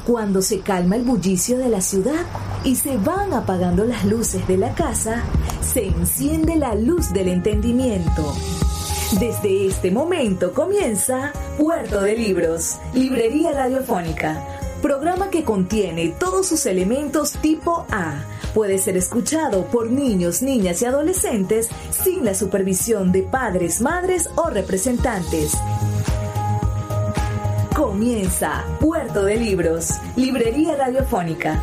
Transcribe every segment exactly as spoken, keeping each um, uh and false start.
Cuando se calma el bullicio de la ciudad y se van apagando las luces de la casa, se enciende la luz del entendimiento. Desde este momento comienza Puerto de Libros, Librería Radiofónica, programa que contiene todos sus elementos tipo A. Puede ser escuchado por niños, niñas y adolescentes sin la supervisión de padres, madres o representantes. Comienza Puerto de Libros, Librería Radiofónica.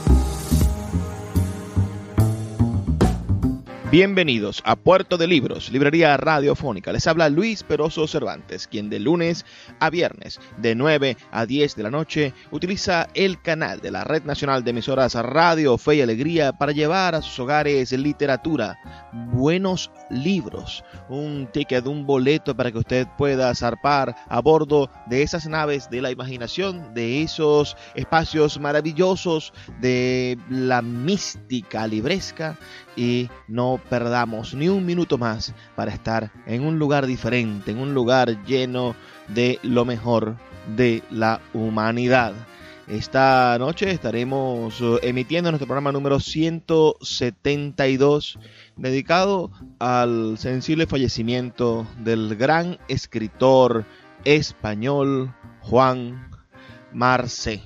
Bienvenidos a Puerto de Libros, Librería Radiofónica. Les habla Luis Peroso Cervantes, quien de lunes a viernes, de nueve a diez de la noche, utiliza el canal de la Red Nacional de Emisoras Radio Fe y Alegría para llevar a sus hogares literatura, buenos libros, un ticket, un boleto para que usted pueda zarpar a bordo de esas naves de la imaginación, de esos espacios maravillosos de la mística libresca, y no perdamos ni un minuto más para estar en un lugar diferente, en un lugar lleno de lo mejor de la humanidad. Esta noche estaremos emitiendo nuestro programa número ciento setenta y dos, dedicado al sensible fallecimiento del gran escritor español Juan Marcé.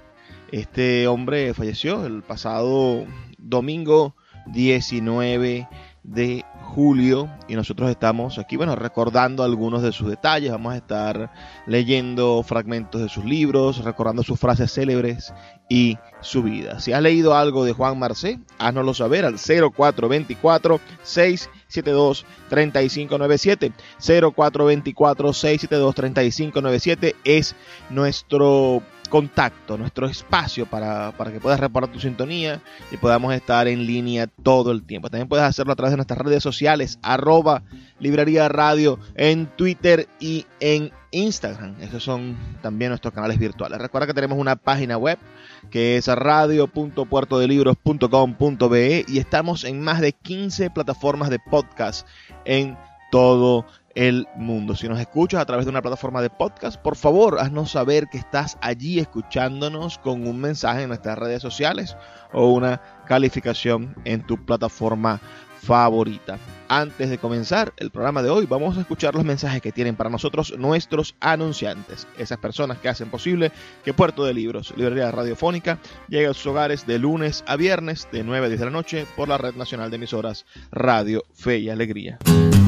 Este hombre falleció el pasado domingo diecinueve de julio y nosotros estamos aquí, bueno, recordando algunos de sus detalles. Vamos a estar leyendo fragmentos de sus libros, recordando sus frases célebres y su vida. Si has leído algo de Juan Marcé, háznoslo saber al cero cuatro dos cuatro, seis siete dos, tres cinco nueve siete. cero cuatro dos cuatro, seis siete dos, tres cinco nueve siete es nuestro contacto, nuestro espacio para, para que puedas reportar tu sintonía y podamos estar en línea todo el tiempo. También puedes hacerlo a través de nuestras redes sociales, arroba Librería Radio, en Twitter y en Instagram. Esos son también nuestros canales virtuales. Recuerda que tenemos una página web que es radio punto puerto de libros punto com punto be y estamos en más de quince plataformas de podcast en todo el mundo. Si nos escuchas a través de una plataforma de podcast, por favor, haznos saber que estás allí escuchándonos con un mensaje en nuestras redes sociales o una calificación en tu plataforma favorita. Antes de comenzar el programa de hoy, vamos a escuchar los mensajes que tienen para nosotros nuestros anunciantes, esas personas que hacen posible que Puerto de Libros, Librería Radiofónica, llegue a sus hogares de lunes a viernes de nueve a diez de la noche por la Red Nacional de Emisoras Radio Fe y Alegría.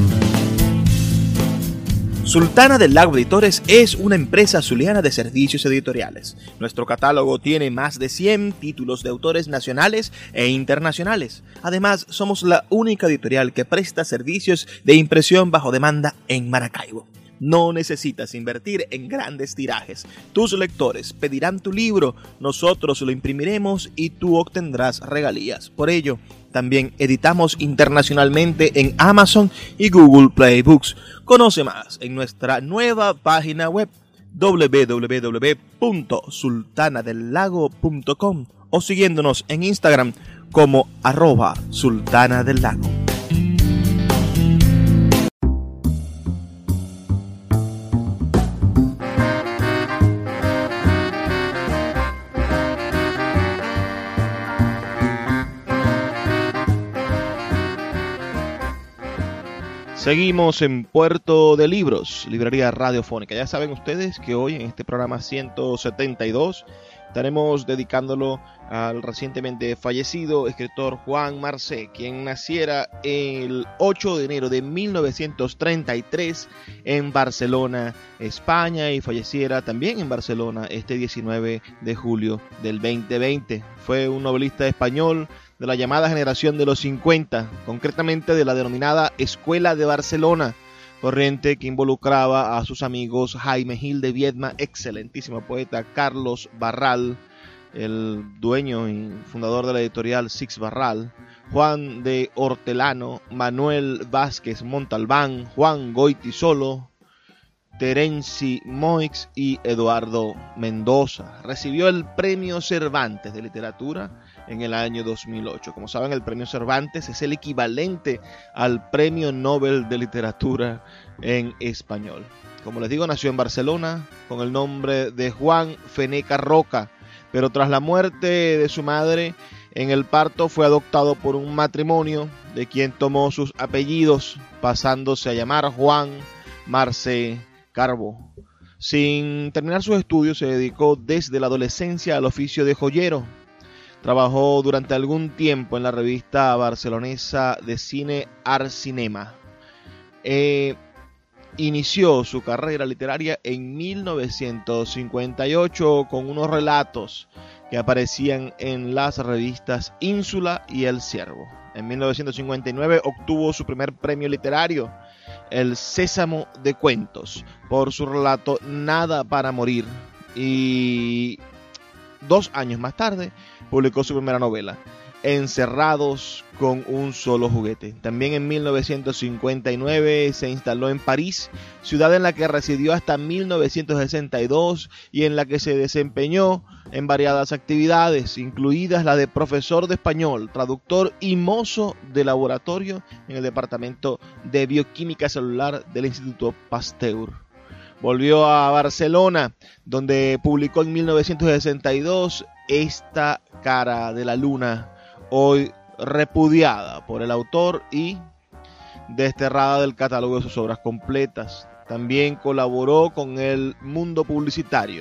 Sultana del Lago Editores es una empresa zuliana de servicios editoriales. Nuestro catálogo tiene más de cien títulos de autores nacionales e internacionales. Además, somos la única editorial que presta servicios de impresión bajo demanda en Maracaibo. No necesitas invertir en grandes tirajes. Tus lectores pedirán tu libro, nosotros lo imprimiremos y tú obtendrás regalías. Por ello, también editamos internacionalmente en Amazon y Google Play Books. Conoce más en nuestra nueva página web doble u doble u doble u punto sultana del lago punto com o siguiéndonos en Instagram como arroba sultana del lago. Seguimos en Puerto de Libros, Librería Radiofónica. Ya saben ustedes que hoy en este programa ciento setenta y dos estaremos dedicándolo al recientemente fallecido escritor Juan Marcé, quien naciera el ocho de enero de mil novecientos treinta y tres en Barcelona, España, y falleciera también en Barcelona este diecinueve de julio del veinte veinte. Fue un novelista español de la llamada generación de los cincuenta, concretamente de la denominada Escuela de Barcelona, corriente que involucraba a sus amigos Jaime Gil de Viedma, excelentísimo poeta, Carlos Barral, el dueño y fundador de la editorial Six Barral, Juan de Hortelano, Manuel Vázquez Montalbán, Juan Goytisolo, Terenci Moix y Eduardo Mendoza. Recibió el Premio Cervantes de Literatura en el año dos mil ocho. Como saben, el Premio Cervantes es el equivalente al Premio Nobel de Literatura en español. Como les digo, nació en Barcelona con el nombre de Juan Feneca Roca. pero tras la muerte de su madre en el parto fue adoptado por un matrimonio de quien tomó sus apellidos, pasándose a llamar Juan Marce Carbó. Sin terminar sus estudios, se dedicó desde la adolescencia al oficio de joyero. Trabajó durante algún tiempo en la revista barcelonesa de cine Art Cinema. Eh, inició su carrera literaria en mil novecientos cincuenta y ocho con unos relatos que aparecían en las revistas Ínsula y El Ciervo. En mil novecientos cincuenta y nueve obtuvo su primer premio literario, el Sésamo de Cuentos, por su relato Nada para morir, y dos años más tarde publicó su primera novela, Encerrados con un solo juguete. También en mil novecientos cincuenta y nueve se instaló en París, ciudad en la que residió hasta mil novecientos sesenta y dos y en la que se desempeñó en variadas actividades, incluidas la de profesor de español, traductor y mozo de laboratorio en el departamento de bioquímica celular del Instituto Pasteur. Volvió a Barcelona, donde publicó en mil novecientos sesenta y dos Esta cara de la luna, hoy repudiada por el autor y desterrada del catálogo de sus obras completas. También colaboró con El Mundo Publicitario,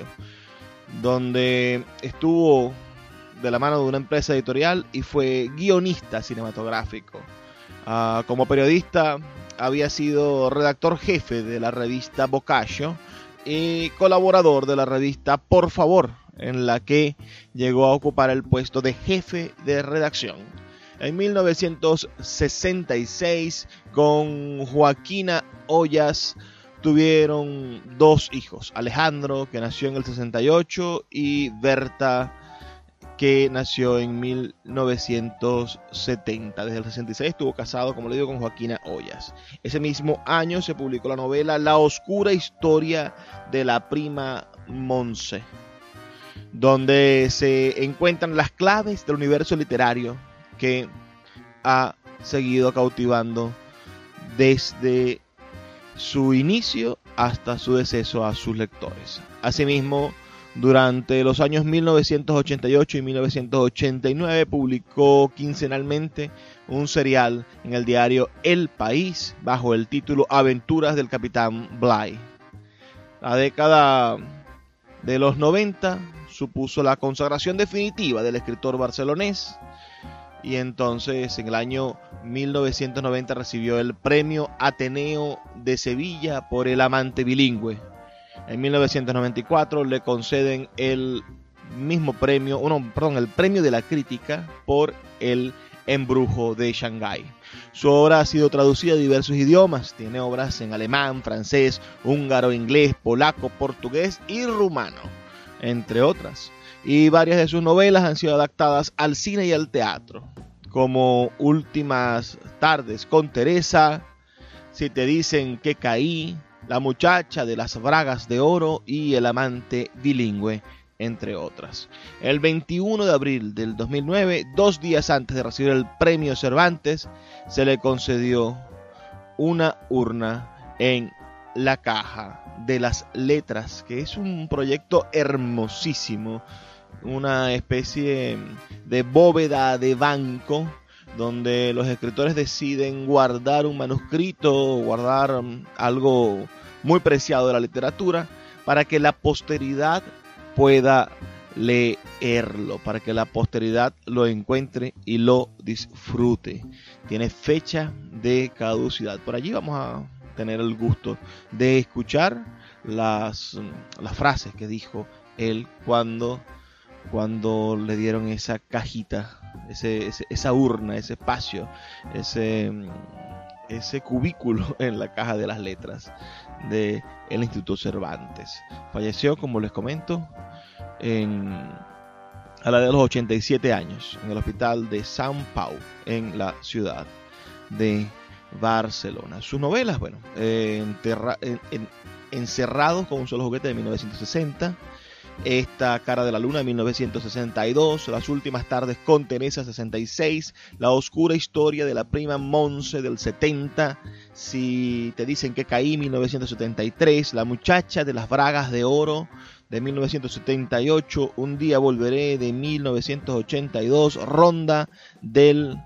donde estuvo de la mano de una empresa editorial y fue guionista cinematográfico. Uh, como periodista había sido redactor jefe de la revista Boccaccio y colaborador de la revista Por Favor, en la que llegó a ocupar el puesto de jefe de redacción. En mil novecientos sesenta y seis, con Joaquina Ollas, tuvieron dos hijos, Alejandro, que nació en el sesenta y ocho, y Berta, que nació en mil novecientos setenta. Desde el sesenta y seis estuvo casado, como le digo, con Joaquina Ollas. Ese mismo año se publicó la novela La oscura historia de la prima Montse, donde se encuentran las claves del universo literario que ha seguido cautivando desde su inicio hasta su deceso a sus lectores. Asimismo, durante los años mil novecientos ochenta y ocho y mil novecientos ochenta y nueve publicó quincenalmente un serial en el diario El País bajo el título Aventuras del Capitán Bligh. La década de los noventa supuso la consagración definitiva del escritor barcelonés, y entonces en el año mil novecientos noventa recibió el Premio Ateneo de Sevilla por El amante bilingüe. En mil novecientos noventa y cuatro le conceden el mismo premio, no, perdón, el Premio de la Crítica por El embrujo de Shanghái. Su obra ha sido traducida a diversos idiomas. Tiene obras en alemán, francés, húngaro, inglés, polaco, portugués y rumano, entre otras. Y varias de sus novelas han sido adaptadas al cine y al teatro, como Últimas tardes con Teresa, Si te dicen que caí, La muchacha de las bragas de oro y El amante bilingüe, entre otras. El veintiuno de abril del dos mil nueve, dos días antes de recibir el Premio Cervantes, se le concedió una urna en la Caja de las Letras, que es un proyecto hermosísimo, una especie de bóveda de banco donde los escritores deciden guardar un manuscrito, guardar algo muy preciado de la literatura para que la posteridad pueda leerlo, para que la posteridad lo encuentre y lo disfrute. Tiene fecha de caducidad. Por allí vamos a tener el gusto de escuchar las, las frases que dijo él cuando, cuando le dieron esa cajita, ese, ese, esa urna, ese espacio, ese, ese cubículo en la Caja de las Letras del Instituto Cervantes. Falleció, como les comento, en, a la edad de los ochenta y siete años en el hospital de San Pau, en la ciudad de Barcelona. Sus novelas, bueno, eh, enterra, en, en, Encerrados con un solo juguete de mil novecientos sesenta, Esta cara de la luna de mil novecientos sesenta y dos, Las últimas tardes con Teresa sesenta y seis, La oscura historia de la prima Montse del setenta, Si te dicen que caí mil novecientos setenta y tres, La muchacha de las bragas de oro de mil novecientos setenta y ocho, Un día volveré de mil novecientos ochenta y dos, Ronda del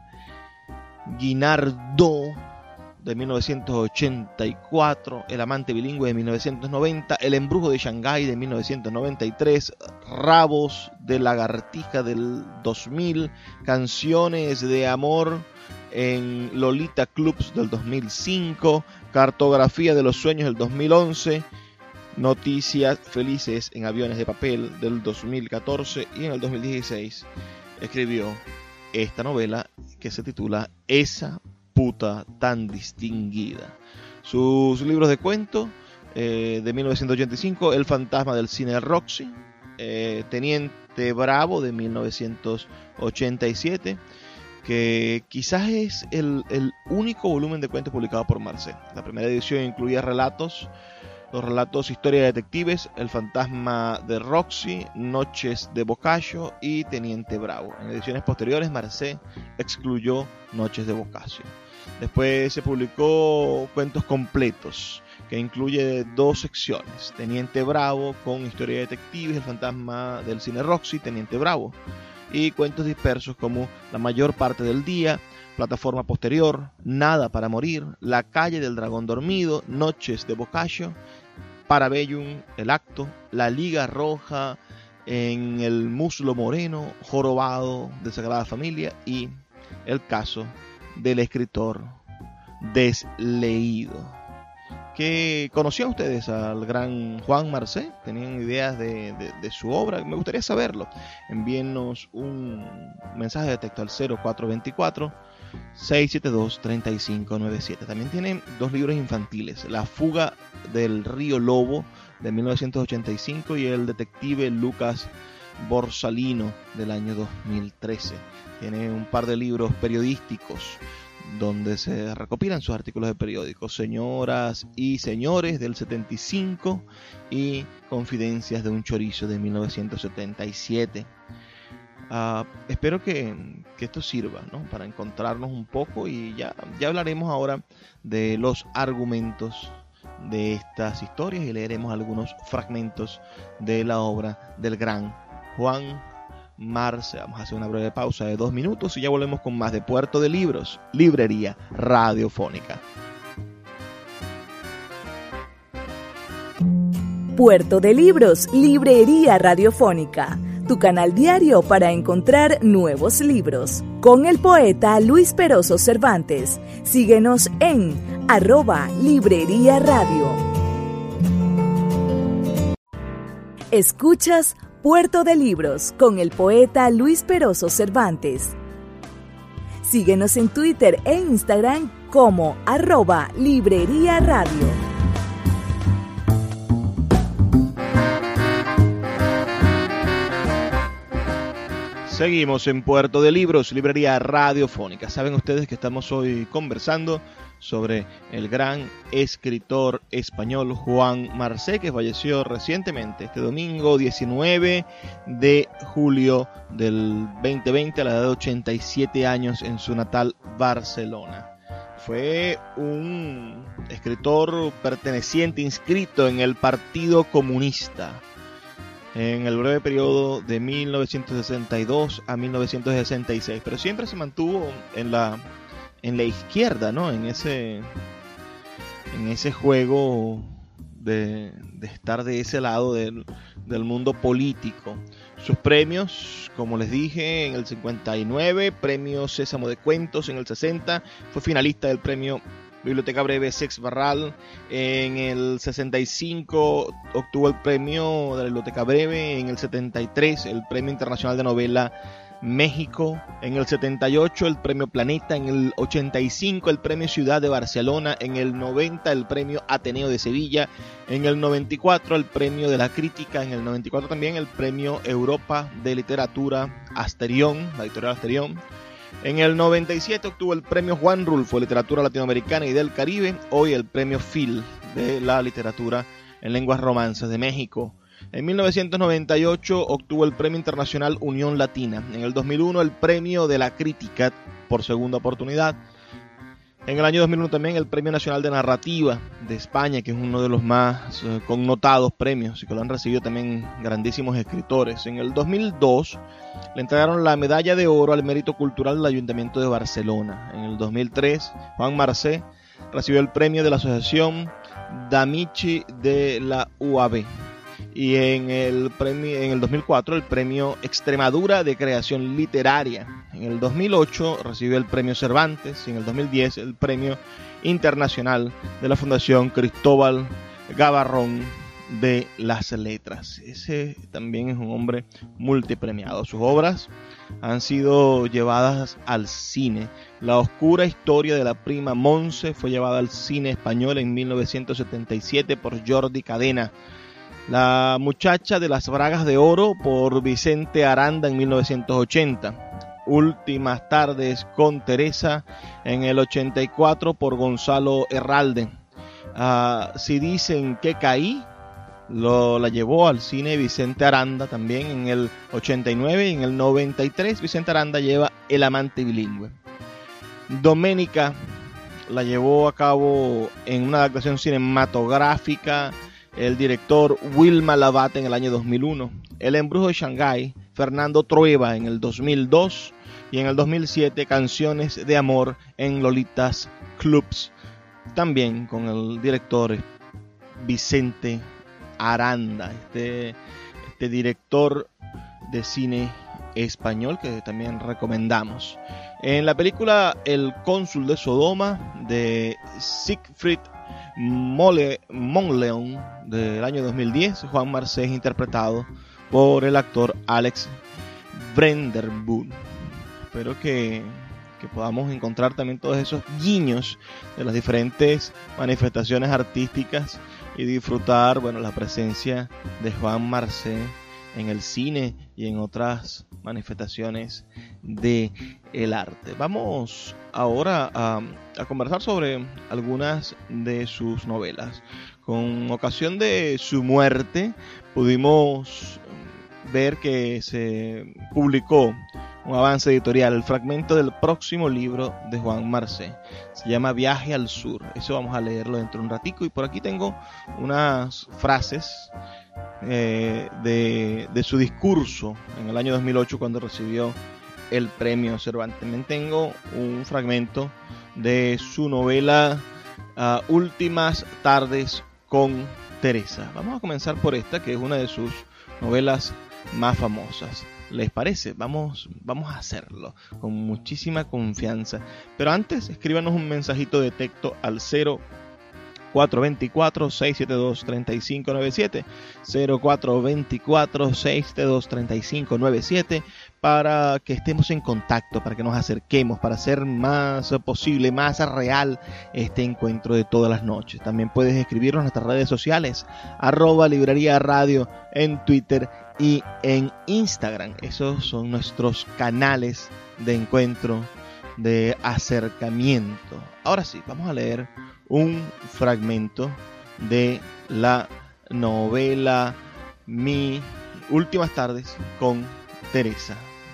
Guinardó de mil novecientos ochenta y cuatro, El amante bilingüe de mil novecientos noventa, El embrujo de Shanghái de mil novecientos noventa y tres, Rabos de lagartija del dos mil, Canciones de amor en Lolita Clubs del dos mil cinco, Cartografía de los sueños del dos mil once, Noticias felices en aviones de papel del dos mil catorce, y en el dos mil dieciséis escribió esta novela que se titula Esa puta tan distinguida. Sus libros de cuento eh, de mil novecientos ochenta y cinco, El fantasma del cine de Roxy, eh, Teniente Bravo de mil novecientos ochenta y siete, que quizás es el, el único volumen de cuentos publicado por Marcé. La primera edición incluía relatos, los relatos Historia de detectives, El fantasma de Roxy, Noches de Boccaccio y Teniente Bravo. En ediciones posteriores, Marcé excluyó Noches de Boccaccio. Después se publicó Cuentos completos, que incluye dos secciones: Teniente Bravo con Historia de detectives, El fantasma del cine Roxy, Teniente Bravo, y cuentos dispersos como La mayor parte del día, Plataforma posterior, Nada para morir, La calle del dragón dormido, Noches de Boccaccio, Parabellum, El acto, La liga roja en el muslo moreno, Jorobado de Sagrada Familia y El caso del escritor desleído. ¿Que conocían ustedes al gran Juan Marcé? ¿Tenían ideas de, de, de su obra? Me gustaría saberlo. Envíennos un mensaje de texto al cero cuatro dos cuatro, seis siete dos, tres cinco nueve siete. También tienen dos libros infantiles: La fuga del río Lobo de mil novecientos ochenta y cinco y El detective Lucas Borsalino del año dos mil trece. Tiene un par de libros periodísticos donde se recopilan sus artículos de periódicos: Señoras y señores del setenta y cinco y Confidencias de un chorizo de mil novecientos setenta y siete. Uh, espero que, que esto sirva, ¿no?, para encontrarnos un poco, y ya, ya hablaremos ahora de los argumentos de estas historias y leeremos algunos fragmentos de la obra del gran Juan Marcé. Vamos a hacer una breve pausa de dos minutos y ya volvemos con más de Puerto de Libros, librería radiofónica. Puerto de Libros, librería radiofónica, tu canal diario para encontrar nuevos libros. Con el poeta Luis Peroso Cervantes. Síguenos en arroba librería radio. Escuchas Puerto de Libros con el poeta Luis Peroso Cervantes. Síguenos en Twitter e Instagram como arroba librería radio. Seguimos en Puerto de Libros, librería radiofónica. Saben ustedes que estamos hoy conversando sobre el gran escritor español Juan Marcé, que falleció recientemente, este domingo diecinueve de julio del veinte veinte, a la edad de ochenta y siete años, en su natal Barcelona. Fue un escritor perteneciente, inscrito en el Partido Comunista en el breve periodo de mil novecientos sesenta y dos a mil novecientos sesenta y seis, pero siempre se mantuvo en la en la izquierda, ¿no? En ese en ese juego de, de estar de ese lado del, del mundo político. Sus premios, como les dije, en el cincuenta y nueve, premio Sésamo de Cuentos; en el sesenta fue finalista del premio Biblioteca Breve Sex Barral; en el sesenta y cinco obtuvo el premio de la Biblioteca Breve; en el setenta y tres el Premio Internacional de Novela México; en el setenta y ocho el Premio Planeta; en el ochenta y cinco el Premio Ciudad de Barcelona; en el noventa el Premio Ateneo de Sevilla; en el noventa y cuatro el Premio de la Crítica; en el noventa y cuatro también el Premio Europa de Literatura Asterión, la editorial Asterión. En el noventa y siete obtuvo el Premio Juan Rulfo de Literatura Latinoamericana y del Caribe, hoy el Premio Phil de la Literatura en Lenguas Romances de México. En mil novecientos noventa y ocho obtuvo el Premio Internacional Unión Latina. En el dos mil uno el Premio de la Crítica por segunda oportunidad. En el año dos mil uno también el Premio Nacional de Narrativa de España, que es uno de los más uh, connotados premios y que lo han recibido también grandísimos escritores. En el dos mil dos le entregaron la Medalla de Oro al Mérito Cultural del Ayuntamiento de Barcelona. En el dos mil tres, Juan Marsé recibió el premio de la Asociación D'Amici de la U A B. Y en el, premio, en el dos mil cuatro el premio Extremadura de Creación Literaria. En el dos mil ocho recibió el premio Cervantes y en el dos mil diez el premio internacional de la Fundación Cristóbal Gavarrón de las Letras. Ese también es un hombre multipremiado. Sus obras han sido llevadas al cine. La oscura historia de la prima Montse fue llevada al cine español en mil novecientos setenta y siete por Jordi Cadena. La muchacha de las bragas de oro por Vicente Aranda en mil novecientos ochenta. Últimas tardes con Teresa en el ochenta y cuatro por Gonzalo Herralde. Uh, si dicen que caí, lo, la llevó al cine Vicente Aranda también en el ochenta y nueve, y en el noventa y tres Vicente Aranda lleva El amante bilingüe. Doménica la llevó a cabo en una adaptación cinematográfica el director Wilma Lavate en el año dos mil uno. El embrujo de Shanghái, Fernando Trueba en el dos mil dos, y en el dos mil siete Canciones de amor en Lolitas Clubs, también con el director Vicente Aranda, este, este director de cine español que también recomendamos. En la película El cónsul de Sodoma de Siegfried Mole, Monleon del año dos mil diez, Juan Marsé es interpretado por el actor Alex Brenderwood. Espero que, que podamos encontrar también todos esos guiños de las diferentes manifestaciones artísticas y disfrutar, bueno, la presencia de Juan Marsé en el cine y en otras manifestaciones de el arte. Vamos ahora a, a conversar sobre algunas de sus novelas. Con ocasión de su muerte pudimos ver que se publicó un avance editorial, el fragmento del próximo libro de Juan Marsé. Se llama Viaje al Sur. Eso vamos a leerlo dentro de un ratico. Y por aquí tengo unas frases eh, de, de su discurso en el año dos mil ocho cuando recibió el premio Cervantes. También tengo un fragmento de su novela uh, Últimas tardes con Teresa. Vamos a comenzar por esta, que es una de sus novelas más famosas. ¿Les parece? Vamos, vamos a hacerlo con muchísima confianza. Pero antes, escríbanos un mensajito de texto al cero cuatro dos cuatro, seis siete dos, tres cinco nueve siete, cero cuatro dos cuatro, seis siete dos, tres cinco nueve siete, para que estemos en contacto, para que nos acerquemos, para hacer más posible, más real este encuentro de todas las noches. También puedes escribirnos en nuestras redes sociales, arroba librería radio en Twitter y en Instagram. Esos son nuestros canales de encuentro, de acercamiento. Ahora sí, vamos a leer un fragmento de la novela Mi Últimas tardes con Teresa.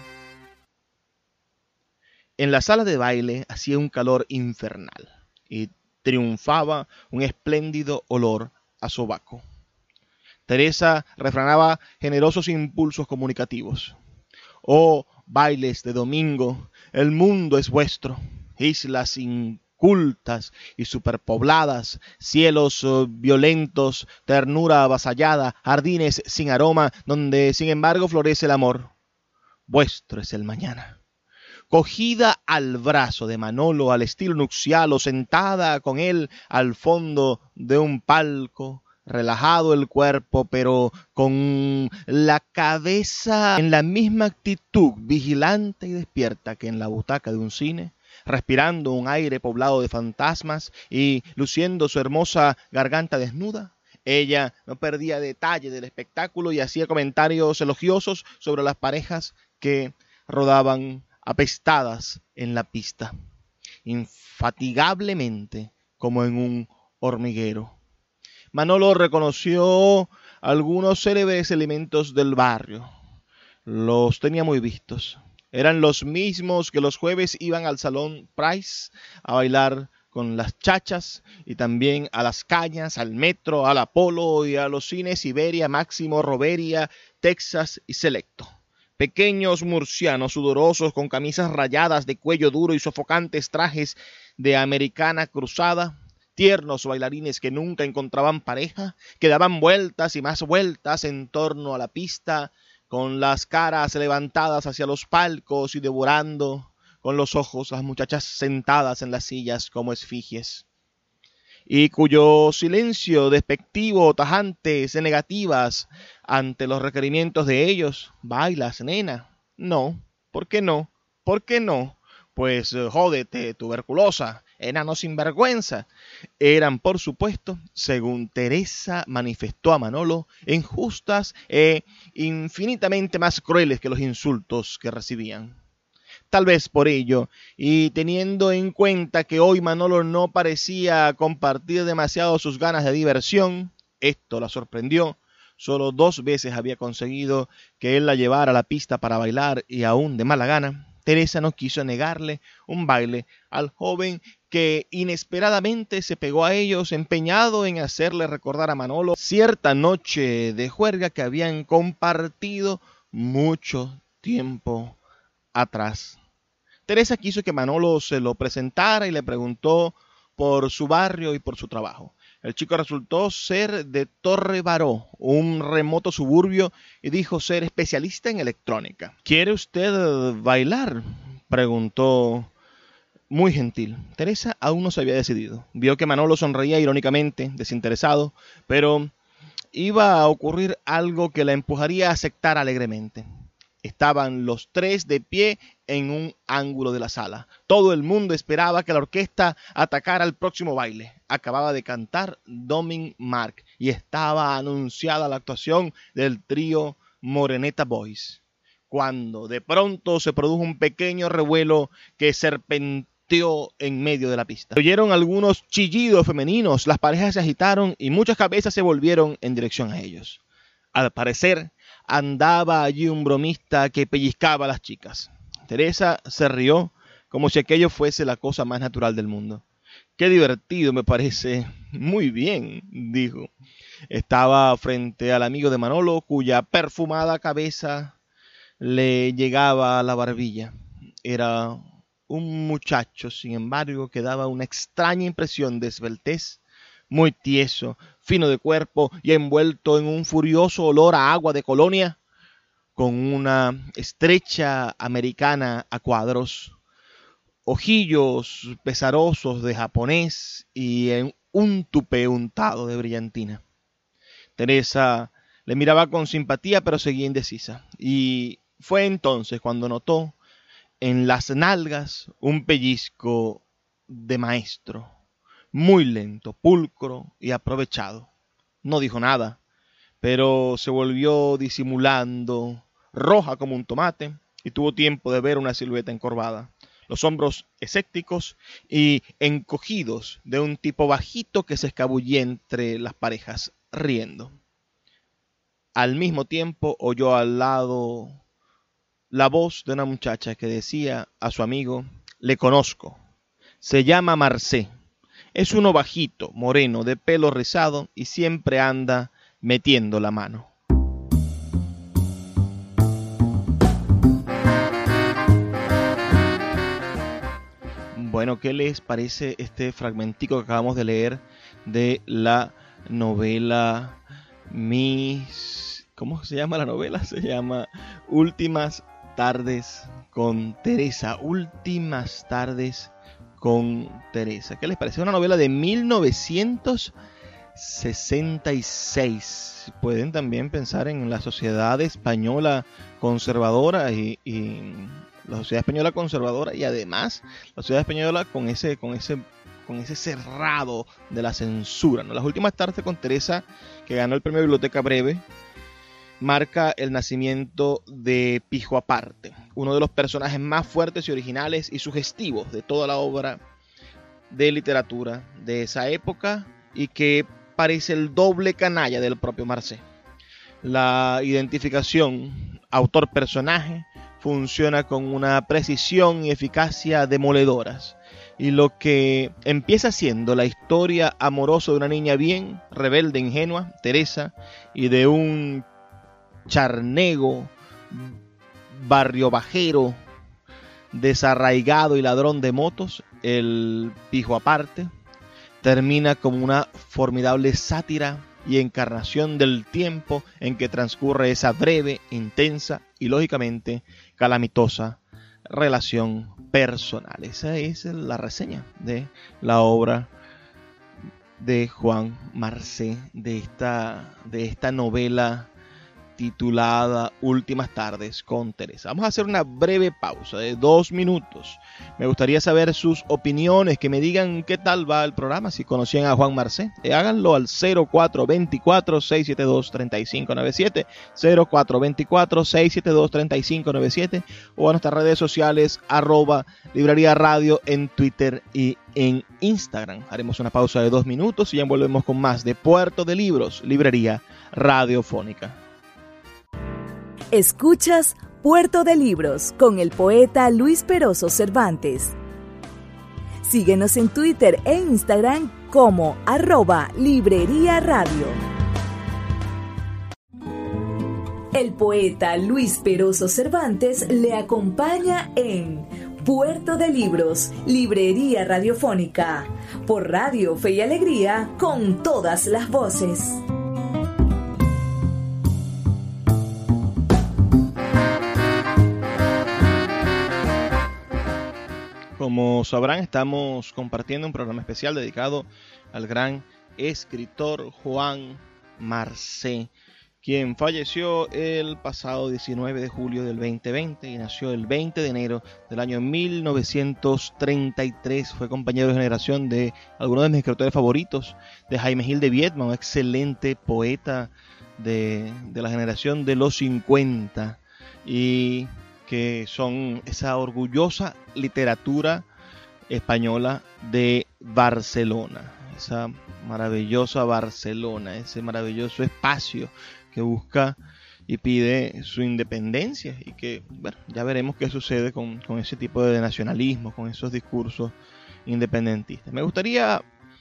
En la sala de baile hacía un calor infernal y triunfaba un espléndido olor a sobaco. Teresa refrenaba generosos impulsos comunicativos. Oh, bailes de domingo, el mundo es vuestro, islas incultas y superpobladas, cielos uh, violentos, ternura avasallada, jardines sin aroma, donde sin embargo florece el amor. Vuestro es el mañana. Cogida al brazo de Manolo al estilo nupcial o sentada con él al fondo de un palco, relajado el cuerpo, pero con la cabeza en la misma actitud, vigilante y despierta que en la butaca de un cine, respirando un aire poblado de fantasmas y luciendo su hermosa garganta desnuda, ella no perdía detalle del espectáculo y hacía comentarios elogiosos sobre las parejas que rodaban apestadas en la pista, infatigablemente como en un hormiguero. Manolo reconoció algunos célebres elementos del barrio. Los tenía muy vistos. Eran los mismos que los jueves iban al Salón Price a bailar con las chachas y también a las cañas, al metro, al Apolo y a los cines Iberia, Máximo, Roveria, Texas y Selecto. Pequeños murcianos sudorosos con camisas rayadas de cuello duro y sofocantes trajes de americana cruzada, tiernos bailarines que nunca encontraban pareja, que daban vueltas y más vueltas en torno a la pista, con las caras levantadas hacia los palcos y devorando con los ojos las muchachas sentadas en las sillas como esfigies, y cuyo silencio despectivo, tajantes, negativas ante los requerimientos de ellos. ¿Bailas, nena? No. ¿Por qué no? ¿Por qué no? Pues jódete, tuberculosa, enano sinvergüenza. Eran, por supuesto, según Teresa manifestó a Manolo, injustas e infinitamente más crueles que los insultos que recibían. Tal vez por ello, y teniendo en cuenta que hoy Manolo no parecía compartir demasiado sus ganas de diversión, esto la sorprendió. Solo dos veces había conseguido que él la llevara a la pista para bailar y aún de mala gana. Teresa no quiso negarle un baile al joven que inesperadamente se pegó a ellos, empeñado en hacerle recordar a Manolo cierta noche de juerga que habían compartido mucho tiempo atrás. Teresa quiso que Manolo se lo presentara y le preguntó por su barrio y por su trabajo. El chico resultó ser de Torre Baró, un remoto suburbio, y dijo ser especialista en electrónica. ¿Quiere usted bailar?, preguntó muy gentil. Teresa aún no se había decidido. Vio que Manolo sonreía irónicamente, desinteresado, pero iba a ocurrir algo que la empujaría a aceptar alegremente. Estaban los tres de pie en un ángulo de la sala. Todo el mundo esperaba que la orquesta atacara el próximo baile. Acababa de cantar Domin Mark y estaba anunciada la actuación del trío Moreneta Boys, cuando de pronto se produjo un pequeño revuelo que serpenteó en medio de la pista. Se oyeron algunos chillidos femeninos, las parejas se agitaron y muchas cabezas se volvieron en dirección a ellos. Al parecer, andaba allí un bromista que pellizcaba a las chicas. Teresa se rió como si aquello fuese la cosa más natural del mundo. «Qué divertido, me parece. Muy bien», dijo. Estaba frente al amigo de Manolo, cuya perfumada cabeza le llegaba a la barbilla. Era un muchacho, sin embargo, que daba una extraña impresión de esbeltez, muy tieso, fino de cuerpo y envuelto en un furioso olor a agua de colonia, con una estrecha americana a cuadros, ojillos pesarosos de japonés y en un tupé untado de brillantina. Teresa le miraba con simpatía, pero seguía indecisa, y fue entonces cuando notó en las nalgas un pellizco de maestro, muy lento, pulcro y aprovechado. No dijo nada, pero se volvió disimulando, roja como un tomate, y tuvo tiempo de ver una silueta encorvada, los hombros escépticos y encogidos de un tipo bajito que se escabullía entre las parejas, riendo. Al mismo tiempo oyó al lado la voz de una muchacha que decía a su amigo: «Le conozco, se llama Marcé. Es uno bajito, moreno, de pelo rizado y siempre anda metiendo la mano». Bueno, ¿qué les parece este fragmentico que acabamos de leer de la novela Mis... ¿Cómo se llama la novela? Se llama Últimas Tardes con Teresa. Últimas Tardes con Teresa. ¿Qué les parece? Una novela de mil novecientos sesenta y seis. Pueden también pensar en la sociedad española conservadora y... y la sociedad española conservadora y además la sociedad española con ese, con ese, con ese cerrado de la censura, ¿no? Las Últimas Tardes con Teresa, que ganó el premio Biblioteca Breve, marca el nacimiento de Pijo Aparte, uno de los personajes más fuertes y originales y sugestivos de toda la obra de literatura de esa época y que parece el doble canalla del propio Marcé. La identificación autor-personaje funciona con una precisión y eficacia demoledoras, y lo que empieza siendo la historia amorosa de una niña bien rebelde, ingenua, Teresa, y de un charnego, barrio bajero, desarraigado y ladrón de motos, el Pijo Aparte, termina como una formidable sátira y encarnación del tiempo en que transcurre esa breve, intensa y lógicamente calamitosa relación personal. Esa es la reseña de la obra de Juan Marcé, de esta, de esta novela titulada Últimas tardes con Teresa. Vamos a hacer una breve pausa de dos minutos. Me gustaría saber sus opiniones, que me digan qué tal va el programa, si conocían a Juan Marcé. Eh, háganlo al cero cuatro dos cuatro, seis siete dos, tres cinco nueve siete, cero cuatro dos cuatro, seis siete dos, tres cinco nueve siete, o a nuestras redes sociales, arroba Librería Radio en Twitter y en Instagram. Haremos una pausa de dos minutos y ya volvemos con más de Puerto de Libros, Librería Radiofónica. Escuchas Puerto de Libros con el poeta Luis Peroso Cervantes. Síguenos en Twitter e Instagram como arroba Librería Radio. El poeta Luis Peroso Cervantes le acompaña en Puerto de Libros, Librería Radiofónica, por Radio Fe y Alegría, con todas las voces. Como sabrán, estamos compartiendo un programa especial dedicado al gran escritor Juan Marcé, quien falleció el pasado diecinueve de julio del veinte veinte y nació el veinte de enero del año mil novecientos treinta y tres. Fue compañero de generación de algunos de mis escritores favoritos, de Jaime Gil de Viedma, un excelente poeta de, de la generación de los cincuenta, y que son esa orgullosa literatura española de Barcelona, esa maravillosa Barcelona, ese maravilloso espacio que busca y pide su independencia, y que, bueno, ya veremos qué sucede con, con ese tipo de nacionalismo, con esos discursos independentistas. Me gustaría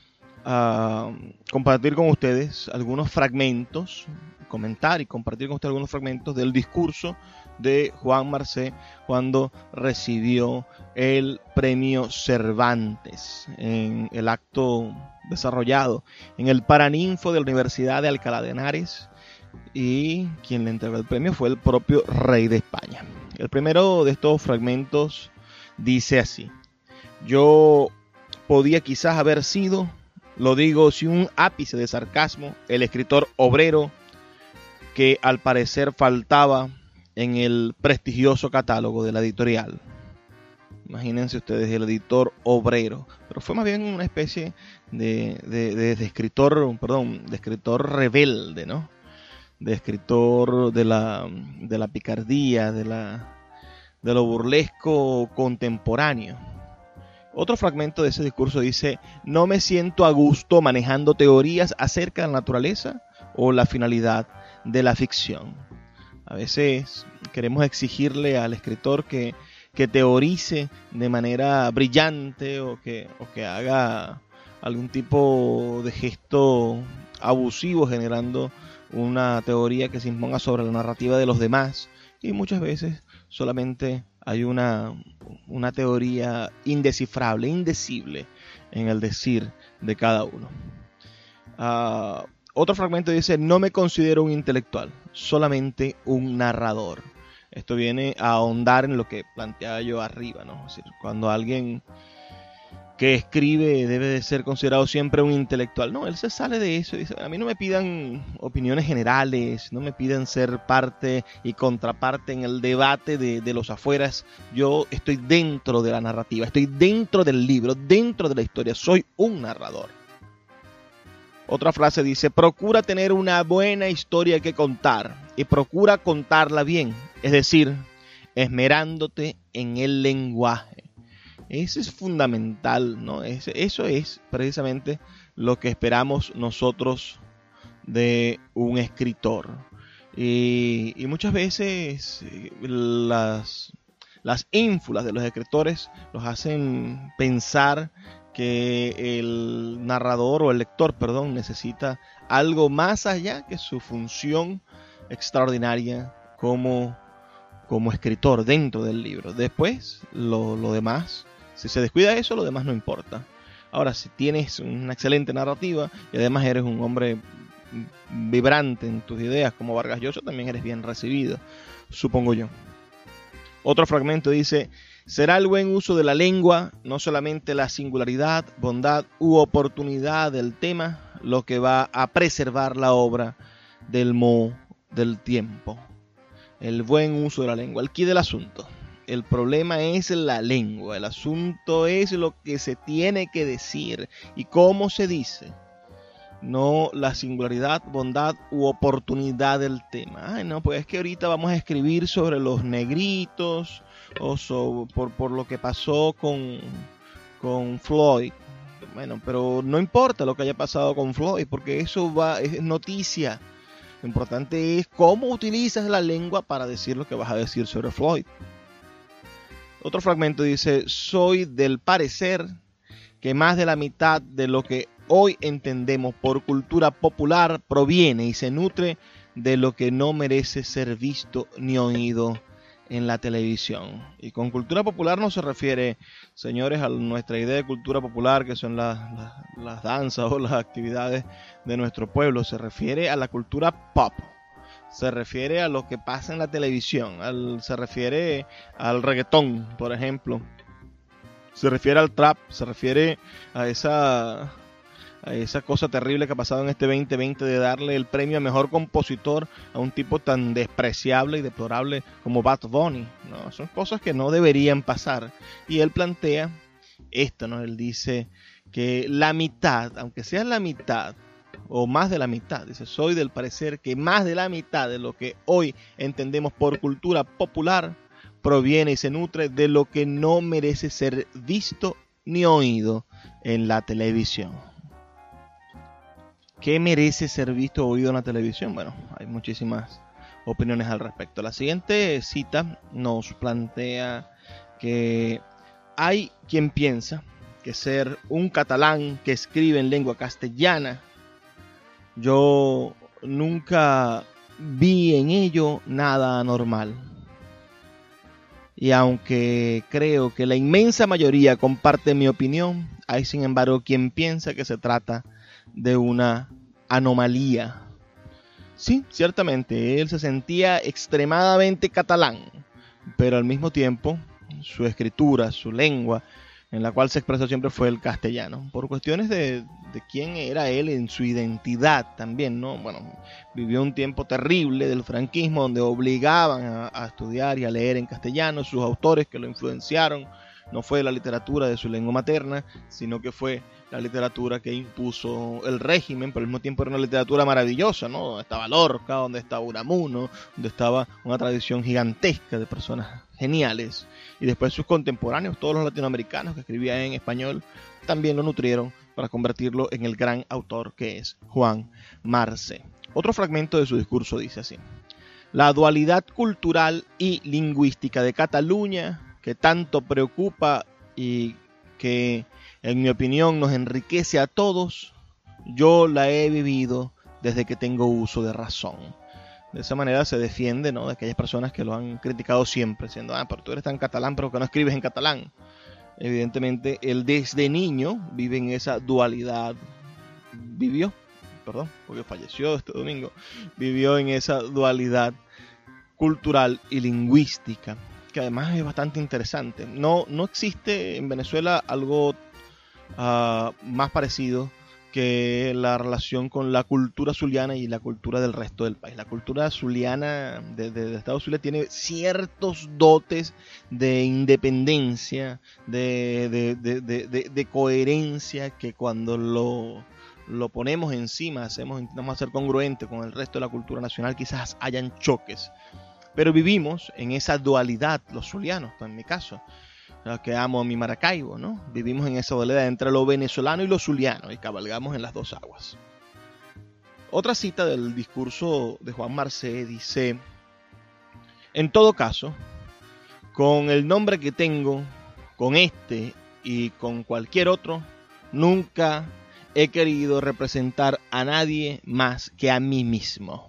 uh, compartir con ustedes algunos fragmentos, comentar y compartir con ustedes algunos fragmentos del discurso de Juan Marcé cuando recibió el premio Cervantes, en el acto desarrollado en el Paraninfo de la Universidad de Alcalá de Henares, y quien le entregó el premio fue el propio rey de España. El primero de estos fragmentos dice así: yo podía quizás haber sido, lo digo sin un ápice de sarcasmo, el escritor obrero que al parecer faltaba en el prestigioso catálogo de la editorial. Imagínense ustedes, el editor obrero, pero fue más bien una especie de, de, de, de escritor, perdón, de escritor rebelde, ¿no? De escritor de la, de la picardía, de, la, de lo burlesco contemporáneo. Otro fragmento de ese discurso dice: no me siento a gusto manejando teorías acerca de la naturaleza o la finalidad de la ficción. A veces queremos exigirle al escritor que, que teorice de manera brillante, o que, o que haga algún tipo de gesto abusivo generando una teoría que se imponga sobre la narrativa de los demás, y muchas veces solamente hay una, una teoría indescifrable, indecible en el decir de cada uno. Uh, Otro fragmento dice: no me considero un intelectual, solamente un narrador. Esto viene a ahondar en lo que planteaba yo arriba, ¿no? Es decir, cuando alguien que escribe debe de ser considerado siempre un intelectual. No, él se sale de eso y dice: a mí no me pidan opiniones generales, no me pidan ser parte y contraparte en el debate de, de los afueras. Yo estoy dentro de la narrativa, estoy dentro del libro, dentro de la historia, soy un narrador. Otra frase dice: procura tener una buena historia que contar y procura contarla bien, es decir, esmerándote en el lenguaje. Eso es fundamental, ¿no? Eso es precisamente lo que esperamos nosotros de un escritor. Y, y muchas veces las, Las ínfulas de los escritores los hacen pensar que el narrador o el lector, perdón, necesita algo más allá que su función extraordinaria como, como escritor dentro del libro. Después, lo, lo demás, si se descuida eso, lo demás no importa. Ahora, si tienes una excelente narrativa y además eres un hombre vibrante en tus ideas como Vargas Llosa, también eres bien recibido, supongo yo. Otro fragmento dice: será el buen uso de la lengua, no solamente la singularidad, bondad u oportunidad del tema, lo que va a preservar la obra del moho del tiempo. El buen uso de la lengua, el quid del asunto. El problema es la lengua, el asunto es lo que se tiene que decir y cómo se dice. No la singularidad, bondad u oportunidad del tema. Ay, no, pues es que ahorita vamos a escribir sobre los negritos o sobre, por, por lo que pasó con, con Floyd. Bueno, pero no importa lo que haya pasado con Floyd, porque eso va, es noticia. Lo importante es cómo utilizas la lengua para decir lo que vas a decir sobre Floyd. Otro fragmento dice: soy del parecer que más de la mitad de lo que hoy entendemos por cultura popular proviene y se nutre de lo que no merece ser visto ni oído en la televisión. Y con cultura popular no se refiere, señores, a nuestra idea de cultura popular, que son las, las, las danzas o las actividades de nuestro pueblo. Se refiere a la cultura pop. Se refiere a lo que pasa en la televisión. Al, se refiere al reggaetón, por ejemplo. Se refiere al trap. Se refiere a esa... a esa cosa terrible que ha pasado en este veinte veinte de darle el premio a mejor compositor a un tipo tan despreciable y deplorable como Bad Bunny. No, son cosas que no deberían pasar. Y él plantea esto, ¿no? Él dice que la mitad, aunque sea la mitad o más de la mitad, dice: soy del parecer que más de la mitad de lo que hoy entendemos por cultura popular proviene y se nutre de lo que no merece ser visto ni oído en la televisión. ¿Qué merece ser visto o oído en la televisión? Bueno, hay muchísimas opiniones al respecto. La siguiente cita nos plantea que hay quien piensa que ser un catalán que escribe en lengua castellana, yo nunca vi en ello nada anormal. Y aunque creo que la inmensa mayoría comparte mi opinión, hay sin embargo quien piensa que se trata de una anomalía. Sí, ciertamente, él se sentía extremadamente catalán, pero al mismo tiempo su escritura, su lengua, en la cual se expresó siempre fue el castellano, por cuestiones de, de quién era él en su identidad también, ¿no? Bueno, vivió un tiempo terrible del franquismo donde obligaban a, a estudiar y a leer en castellano. Sus autores que lo influenciaron no fue la literatura de su lengua materna, sino que fue la literatura que impuso el régimen, pero al mismo tiempo era una literatura maravillosa, ¿no? Donde estaba Lorca, donde estaba Unamuno, donde estaba una tradición gigantesca de personas geniales. Y después sus contemporáneos, todos los latinoamericanos que escribían en español, también lo nutrieron para convertirlo en el gran autor que es Juan Marce. Otro fragmento de su discurso dice así: la dualidad cultural y lingüística de Cataluña, que tanto preocupa y que, en mi opinión, nos enriquece a todos, yo la he vivido desde que tengo uso de razón. De esa manera se defiende, ¿no?, de aquellas personas que lo han criticado siempre, diciendo: ah, pero tú eres tan catalán, pero que no escribes en catalán. Evidentemente, él desde niño vive en esa dualidad, vivió, perdón, porque falleció este domingo, vivió en esa dualidad cultural y lingüística, que además es bastante interesante. No, no existe en Venezuela algo uh, más parecido que la relación con la cultura zuliana y la cultura del resto del país. La cultura zuliana de, de, de Estados Unidos tiene ciertos dotes de independencia, de, de, de, de, de, de coherencia, que cuando lo, lo ponemos encima, hacemos, intentamos hacer congruente con el resto de la cultura nacional, quizás hayan choques. Pero vivimos en esa dualidad, los zulianos, en mi caso, que amo a mi Maracaibo, ¿no? Vivimos en esa dualidad entre lo venezolano y lo zuliano y cabalgamos en las dos aguas. Otra cita del discurso de Juan Marce dice: en todo caso, con el nombre que tengo, con este y con cualquier otro, nunca he querido representar a nadie más que a mí mismo.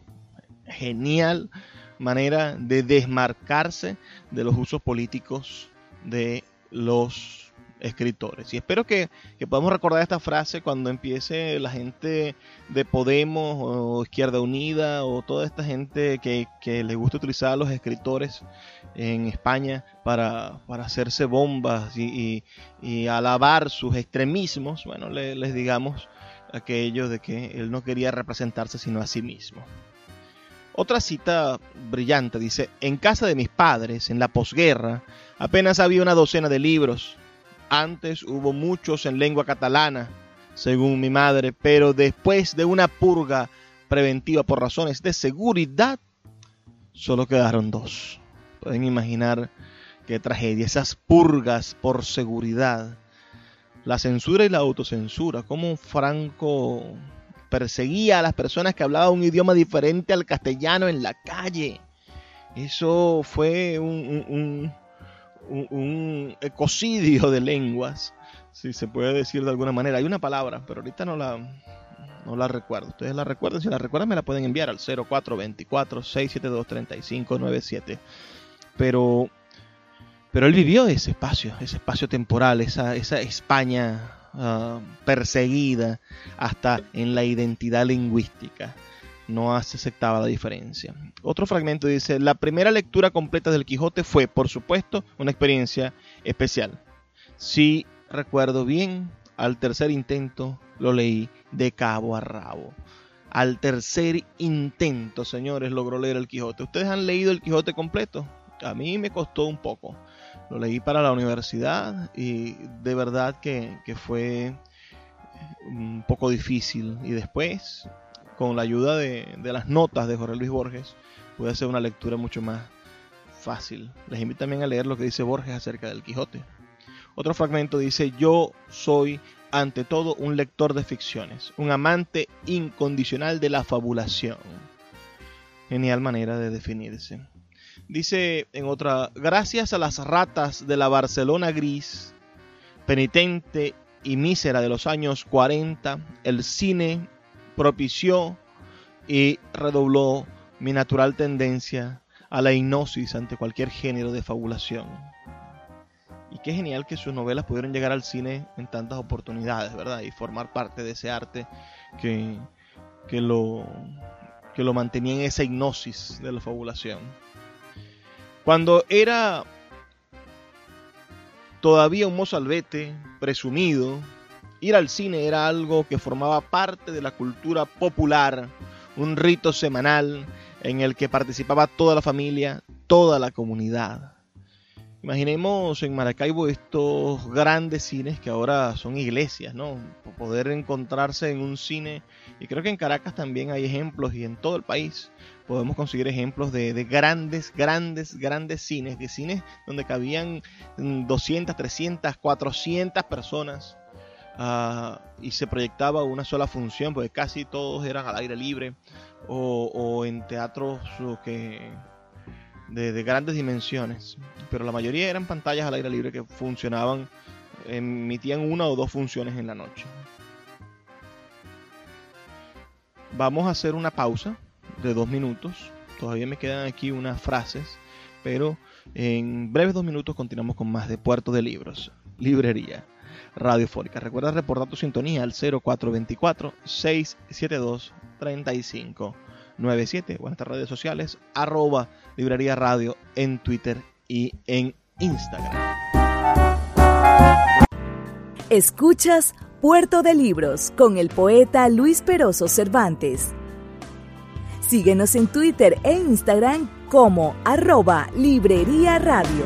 Genial manera de desmarcarse de los usos políticos de los escritores. Y espero que, que podamos recordar esta frase cuando empiece la gente de Podemos o Izquierda Unida o toda esta gente que, que le gusta utilizar a los escritores en España para, para hacerse bombas y, y, y alabar sus extremismos. Bueno, le, les digamos aquello de que él no quería representarse sino a sí mismo. Otra cita brillante dice: en casa de mis padres, en la posguerra, apenas había una docena de libros. Antes hubo muchos en lengua catalana, según mi madre, pero después de una purga preventiva por razones de seguridad, solo quedaron dos. Pueden imaginar qué tragedia, esas purgas por seguridad. La censura y la autocensura, cómo Franco perseguía a las personas que hablaban un idioma diferente al castellano en la calle. Eso fue un... un, un Un, un ecocidio de lenguas, si se puede decir de alguna manera. Hay una palabra, pero ahorita no la, no la recuerdo. Ustedes la recuerdan, si la recuerdan me la pueden enviar al cero cuatro dos cuatro, seis siete dos, tres cinco nueve siete. Pero, pero él vivió ese espacio, ese espacio temporal, esa, esa España uh, perseguida hasta en la identidad lingüística. No se aceptaba la diferencia. Otro fragmento dice: la primera lectura completa del Quijote fue, por supuesto, una experiencia especial. Si recuerdo bien, al tercer intento lo leí de cabo a rabo. Al tercer intento, señores, logró leer el Quijote. ¿Ustedes han leído el Quijote completo? A mí me costó un poco. Lo leí para la universidad y de verdad que, que fue un poco difícil. Y después, con la ayuda de, de las notas de Jorge Luis Borges, puede ser una lectura mucho más fácil. Les invito también a leer lo que dice Borges acerca del Quijote. Otro fragmento dice: yo soy ante todo un lector de ficciones, un amante incondicional de la fabulación. Genial manera de definirse. Dice en otra: gracias a las ratas de la Barcelona gris, penitente y mísera de los años cuarenta, el cine propició y redobló mi natural tendencia a la hipnosis ante cualquier género de fabulación. Y qué genial que sus novelas pudieron llegar al cine en tantas oportunidades, ¿verdad? Y formar parte de ese arte que, que, lo, que lo mantenía en esa hipnosis de la fabulación. Cuando era todavía un mozalbete presumido, ir al cine era algo que formaba parte de la cultura popular, un rito semanal en el que participaba toda la familia, toda la comunidad. Imaginemos en Maracaibo estos grandes cines que ahora son iglesias, ¿no? Poder encontrarse en un cine, y creo que en Caracas también hay ejemplos, y en todo el país podemos conseguir ejemplos de, de grandes, grandes, grandes cines, de cines donde cabían doscientas, trescientas, cuatrocientas personas. Uh, y se proyectaba una sola función, porque casi todos eran al aire libre o, o en teatros que, de, de grandes dimensiones, pero la mayoría eran pantallas al aire libre que funcionaban, emitían una o dos funciones en la noche. Vamos a hacer una pausa de dos minutos, todavía me quedan aquí unas frases, pero en breves dos minutos continuamos con más de Puerto de Libros, librería radiofónica. Recuerda reportar tu sintonía al cero cuatro dos cuatro, seis siete dos, tres cinco nueve siete o en nuestras redes sociales arroba librería radio en Twitter y en Instagram. Escuchas Puerto de Libros con el poeta Luis Peroso Cervantes. Síguenos en Twitter e Instagram como arroba librería radio.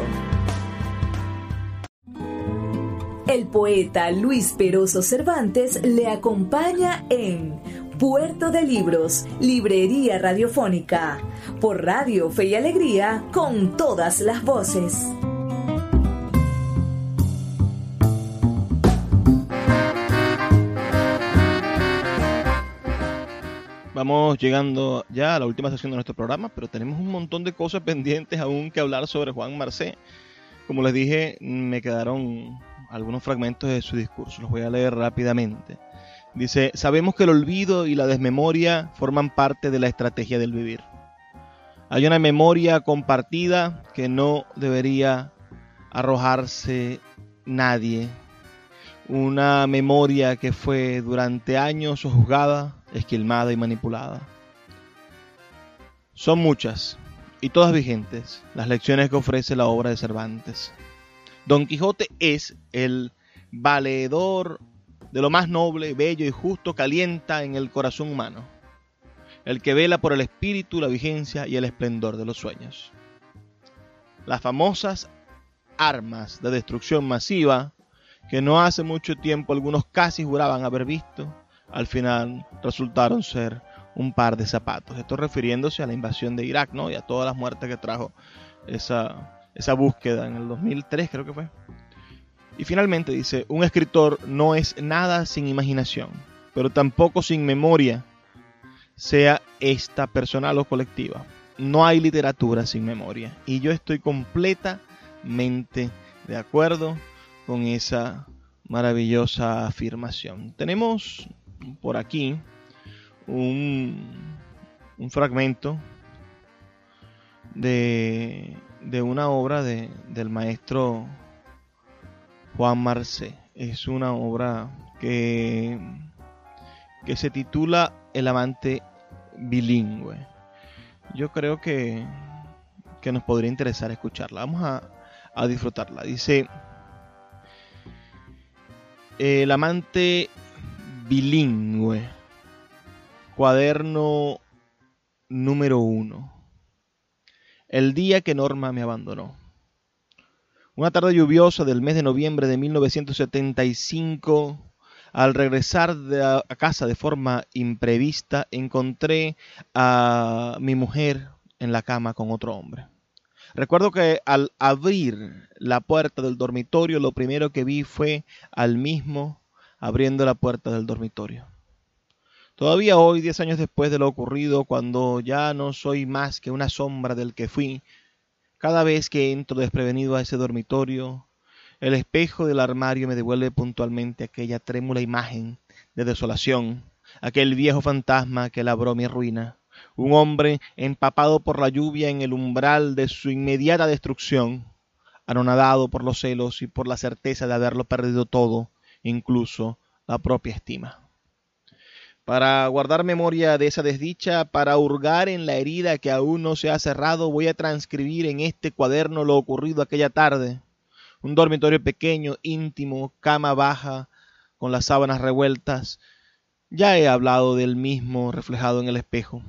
El poeta Luis Peroso Cervantes le acompaña en Puerto de Libros, librería radiofónica, por Radio Fe y Alegría, con todas las voces. Vamos llegando ya a la última sesión de nuestro programa, pero tenemos un montón de cosas pendientes aún que hablar sobre Juan Marcé. como les dije, me quedaron algunos fragmentos de su discurso, los voy a leer rápidamente. Dice: sabemos que el olvido y la desmemoria forman parte de la estrategia del vivir. Hay una memoria compartida que no debería arrojarse nadie. Una memoria que fue durante años sojuzgada, esquilmada y manipulada. Son muchas y todas vigentes las lecciones que ofrece la obra de Cervantes. Don Quijote es el valedor de lo más noble, bello y justo que alienta en el corazón humano, el que vela por el espíritu, la vigencia y el esplendor de los sueños. Las famosas armas de destrucción masiva que no hace mucho tiempo algunos casi juraban haber visto, al final resultaron ser un par de zapatos. Esto refiriéndose a la invasión de Irak, ¿no? Y a todas las muertes que trajo esa, esa búsqueda en el dos mil tres, creo que fue. Y finalmente dice: un escritor no es nada sin imaginación, pero tampoco sin memoria, sea esta personal o colectiva. No hay literatura sin memoria. Y yo estoy completamente de acuerdo con esa maravillosa afirmación. Tenemos por aquí un, un fragmento de, de una obra de, del maestro Juan Marcé. Es una obra que, que se titula El amante bilingüe. Yo creo que, que nos podría interesar escucharla. Vamos a, a disfrutarla. Dice: El amante bilingüe, cuaderno número uno. El día que Norma me abandonó. Una tarde lluviosa del mes de noviembre de mil novecientos setenta y cinco, al regresar de a casa de forma imprevista, encontré a mi mujer en la cama con otro hombre. Recuerdo que al abrir la puerta del dormitorio, lo primero que vi fue al mismo abriendo la puerta del dormitorio. Todavía hoy, diez años después de lo ocurrido, cuando ya no soy más que una sombra del que fui, cada vez que entro desprevenido a ese dormitorio, el espejo del armario me devuelve puntualmente aquella trémula imagen de desolación, aquel viejo fantasma que labró mi ruina, un hombre empapado por la lluvia en el umbral de su inmediata destrucción, anonadado por los celos y por la certeza de haberlo perdido todo, incluso la propia estima. Para guardar memoria de esa desdicha, para hurgar en la herida que aún no se ha cerrado, voy a transcribir en este cuaderno lo ocurrido aquella tarde. Un dormitorio pequeño, íntimo, cama baja, con las sábanas revueltas. Ya he hablado del mismo reflejado en el espejo.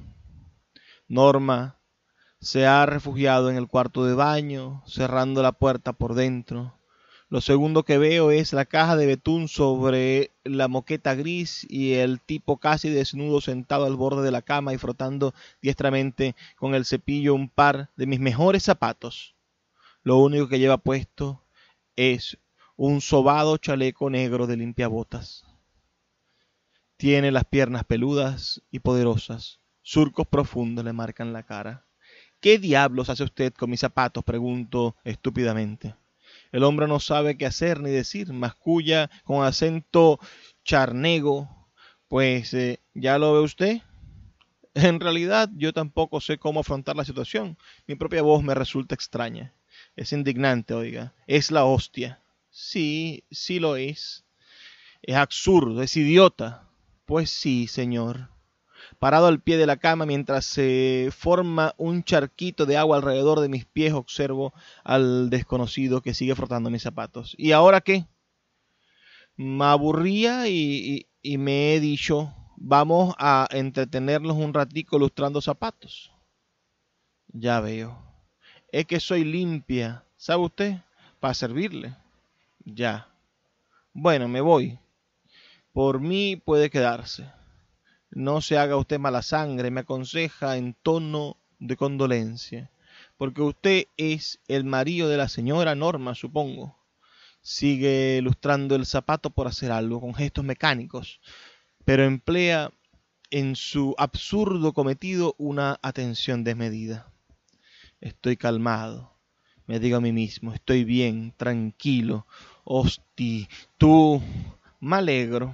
Norma se ha refugiado en el cuarto de baño, cerrando la puerta por dentro. Lo segundo que veo es la caja de betún sobre la moqueta gris y el tipo casi desnudo sentado al borde de la cama y frotando diestramente con el cepillo un par de mis mejores zapatos. Lo único que lleva puesto es un sobado chaleco negro de limpiabotas. Tiene las piernas peludas y poderosas. Surcos profundos le marcan la cara. ¿Qué diablos hace usted con mis zapatos?, pregunto estúpidamente. El hombre no sabe qué hacer ni decir, masculla con acento charnego. Pues, eh, ¿ya lo ve usted? En realidad, yo tampoco sé cómo afrontar la situación. Mi propia voz me resulta extraña. Es indignante, oiga. Es la hostia. Sí, sí lo es. Es absurdo, es idiota. Pues sí, señor. Parado al pie de la cama, mientras se forma un charquito de agua alrededor de mis pies, observo al desconocido que sigue frotando mis zapatos. ¿Y ahora qué? Me aburría y, y, y me he dicho, vamos a entretenernos un ratico lustrando zapatos. Ya veo. Es que soy limpia, ¿sabe usted? Para servirle. Ya. Bueno, me voy. Por mí puede quedarse. No se haga usted mala sangre, me aconseja en tono de condolencia, porque usted es el marido de la señora Norma, supongo. Sigue lustrando el zapato por hacer algo, con gestos mecánicos, pero emplea en su absurdo cometido una atención desmedida. Estoy calmado. Me digo a mí mismo, estoy bien, tranquilo. Hosti, tú, me alegro.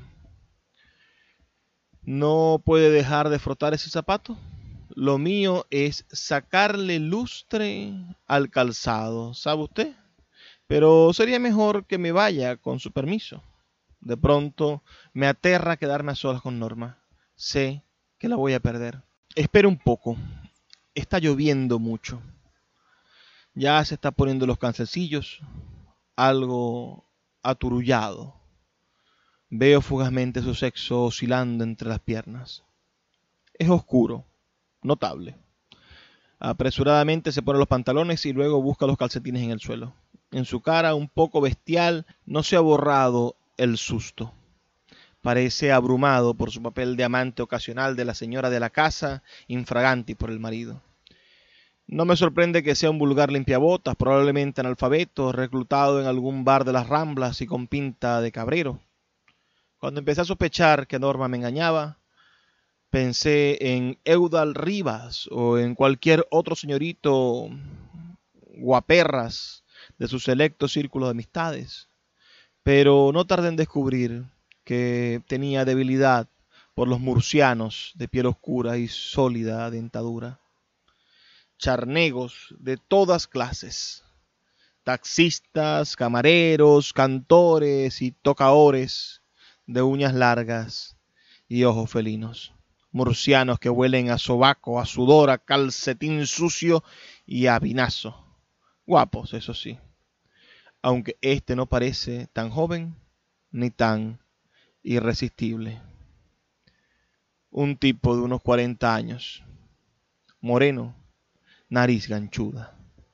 ¿No puede dejar de frotar ese zapato? Lo mío es sacarle lustre al calzado, ¿sabe usted? Pero sería mejor que me vaya con su permiso. De pronto me aterra quedarme a solas con Norma. Sé que la voy a perder. Espere un poco. Está lloviendo mucho. Ya se está poniendo los calzoncillos algo aturullado. Veo fugazmente su sexo oscilando entre las piernas. Es oscuro, notable. Apresuradamente se pone los pantalones y luego busca los calcetines en el suelo. En su cara, un poco bestial, no se ha borrado el susto. Parece abrumado por su papel de amante ocasional de la señora de la casa, infraganti por el marido. No me sorprende que sea un vulgar limpiabotas, probablemente analfabeto, reclutado en algún bar de las Ramblas y con pinta de cabrero. Cuando empecé a sospechar que Norma me engañaba, pensé en Eudal Rivas o en cualquier otro señorito guaperras de su selecto círculo de amistades. Pero no tardé en descubrir que tenía debilidad por los murcianos de piel oscura y sólida dentadura. Charnegos de todas clases. Taxistas, camareros, cantores y tocaores de uñas largas y ojos felinos. Murcianos que huelen a sobaco, a sudor, a calcetín sucio y a vinazo. Guapos, eso sí. Aunque este no parece tan joven ni tan irresistible. Un tipo de unos cuarenta años. Moreno, nariz ganchuda.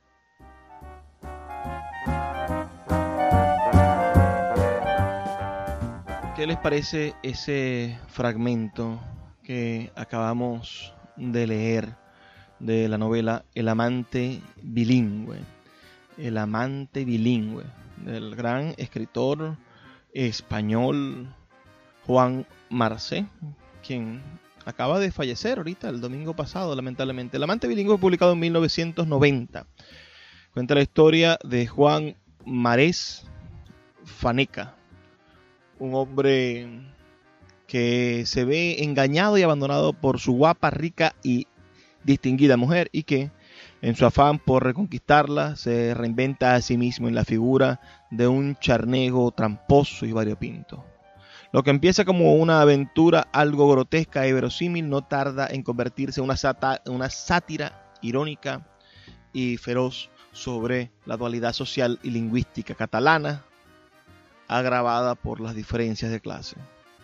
¿Qué les parece ese fragmento que acabamos de leer de la novela El amante bilingüe? El amante bilingüe, del gran escritor español Juan Marcé, quien acaba de fallecer ahorita, el domingo pasado, lamentablemente. El amante bilingüe, publicado en mil novecientos noventa. Cuenta la historia de Juan Marés Faneca, un hombre que se ve engañado y abandonado por su guapa, rica y distinguida mujer, y que, en su afán por reconquistarla, se reinventa a sí mismo en la figura de un charnego tramposo y variopinto. Lo que empieza como una aventura algo grotesca y verosímil no tarda en convertirse en una, sata, una sátira irónica y feroz sobre la dualidad social y lingüística catalana, agravada por las diferencias de clase.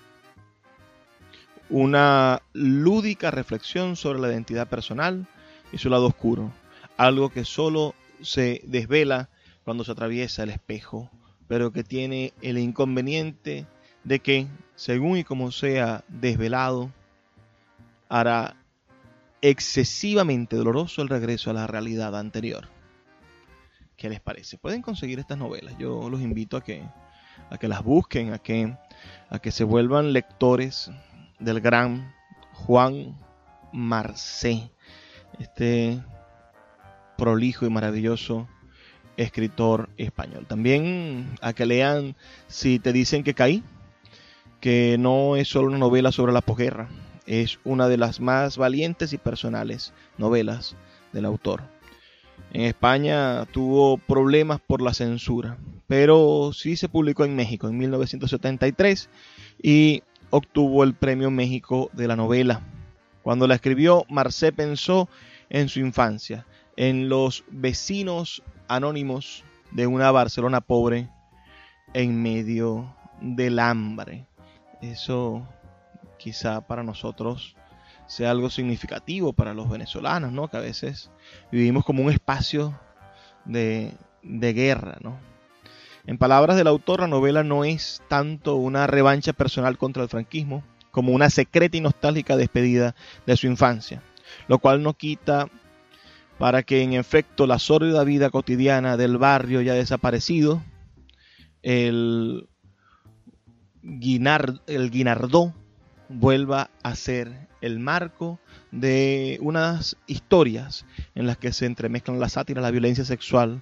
Una lúdica reflexión sobre la identidad personal y su lado oscuro, algo que solo se desvela cuando se atraviesa el espejo, pero que tiene el inconveniente de que, según y como sea desvelado, hará excesivamente doloroso el regreso a la realidad anterior. ¿Qué les parece? Pueden conseguir estas novelas. Yo los invito a que, a que las busquen, a que, a que se vuelvan lectores del gran Juan Marcé, este prolijo y maravilloso escritor español. También a que lean Si te dicen que caí, que no es solo una novela sobre la posguerra, es una de las más valientes y personales novelas del autor. En España tuvo problemas por la censura, pero sí se publicó en México en mil novecientos setenta y tres y obtuvo el Premio México de la novela. Cuando la escribió, Marcé pensó en su infancia, en los vecinos anónimos de una Barcelona pobre en medio del hambre. Eso quizá para nosotros sea algo significativo para los venezolanos, ¿no? Que a veces vivimos como un espacio de, de guerra, ¿no? En palabras del autor, la novela no es tanto una revancha personal contra el franquismo como una secreta y nostálgica despedida de su infancia, lo cual no quita para que en efecto la sórdida vida cotidiana del barrio ya desaparecido, el, guinar, el guinardó, vuelva a ser el marco de unas historias en las que se entremezclan la sátira, la violencia sexual,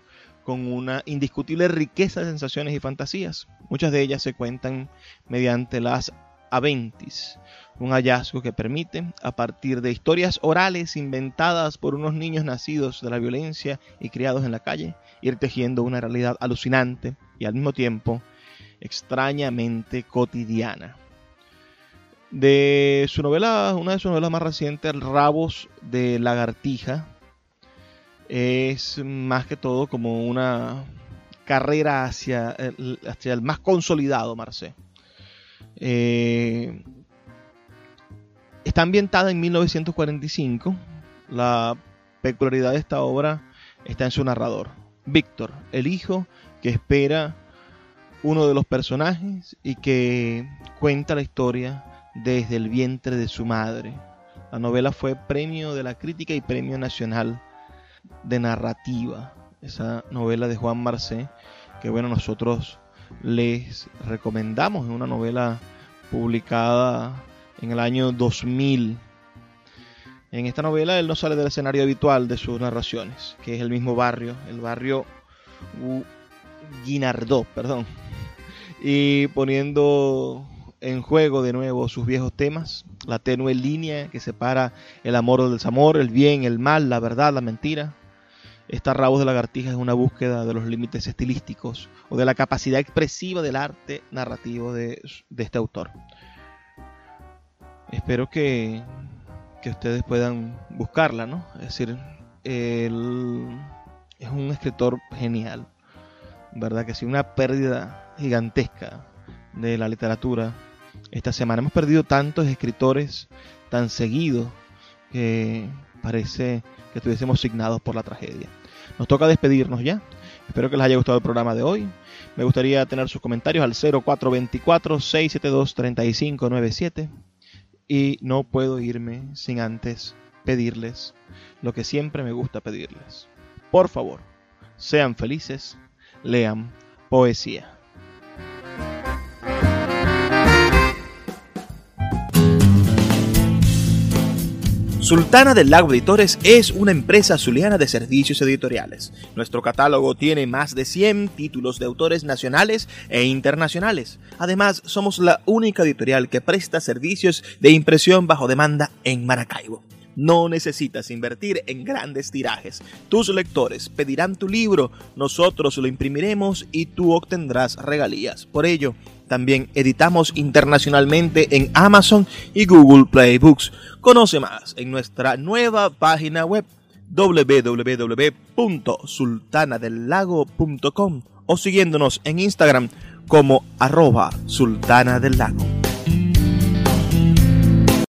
con una indiscutible riqueza de sensaciones y fantasías. Muchas de ellas se cuentan mediante las Aventis, un hallazgo que permite, a partir de historias orales inventadas por unos niños nacidos de la violencia y criados en la calle, ir tejiendo una realidad alucinante y al mismo tiempo extrañamente cotidiana. De su novela, una de sus novelas más recientes, Rabos de lagartija, es más que todo como una carrera hacia el, hacia el más consolidado Marcé. Eh, está ambientada en mil novecientos cuarenta y cinco. La peculiaridad de esta obra está en su narrador, Víctor, el hijo que espera uno de los personajes y que cuenta la historia desde el vientre de su madre. La novela fue premio de la crítica y premio nacional de narrativa. Esa novela de Juan Marcé, que bueno, nosotros les recomendamos, es una novela publicada en el año dos mil. En esta novela él no sale del escenario habitual de sus narraciones, que es el mismo barrio, el barrio Guinardó, perdón, y poniendo en juego de nuevo sus viejos temas, la tenue línea que separa el amor del desamor, el bien, el mal, la verdad, la mentira. Esta Rabos de lagartija es una búsqueda de los límites estilísticos o de la capacidad expresiva del arte narrativo de, de este autor. Espero que, que ustedes puedan buscarla, ¿no? Es decir, él es un escritor genial, ¿verdad? Que sí, una pérdida gigantesca de la literatura esta semana. Hemos perdido tantos escritores tan seguidos que parece que estuviésemos signados por la tragedia. Nos toca despedirnos ya. Espero que les haya gustado el programa de hoy. Me gustaría tener sus comentarios al cero cuatro dos cuatro, seis siete dos, tres cinco nueve siete. Y no puedo irme sin antes pedirles lo que siempre me gusta pedirles. Por favor, sean felices, lean poesía. Sultana del Lago Editores es una empresa zuliana de servicios editoriales. Nuestro catálogo tiene más de cien títulos de autores nacionales e internacionales. Además, somos la única editorial que presta servicios de impresión bajo demanda en Maracaibo. No necesitas invertir en grandes tirajes. Tus lectores pedirán tu libro, nosotros lo imprimiremos y tú obtendrás regalías. Por ello, también editamos internacionalmente en Amazon y Google Play Books. Conoce más en nuestra nueva página web doble u doble u doble u punto sultana del lago punto com o siguiéndonos en Instagram como arroba sultana del lago.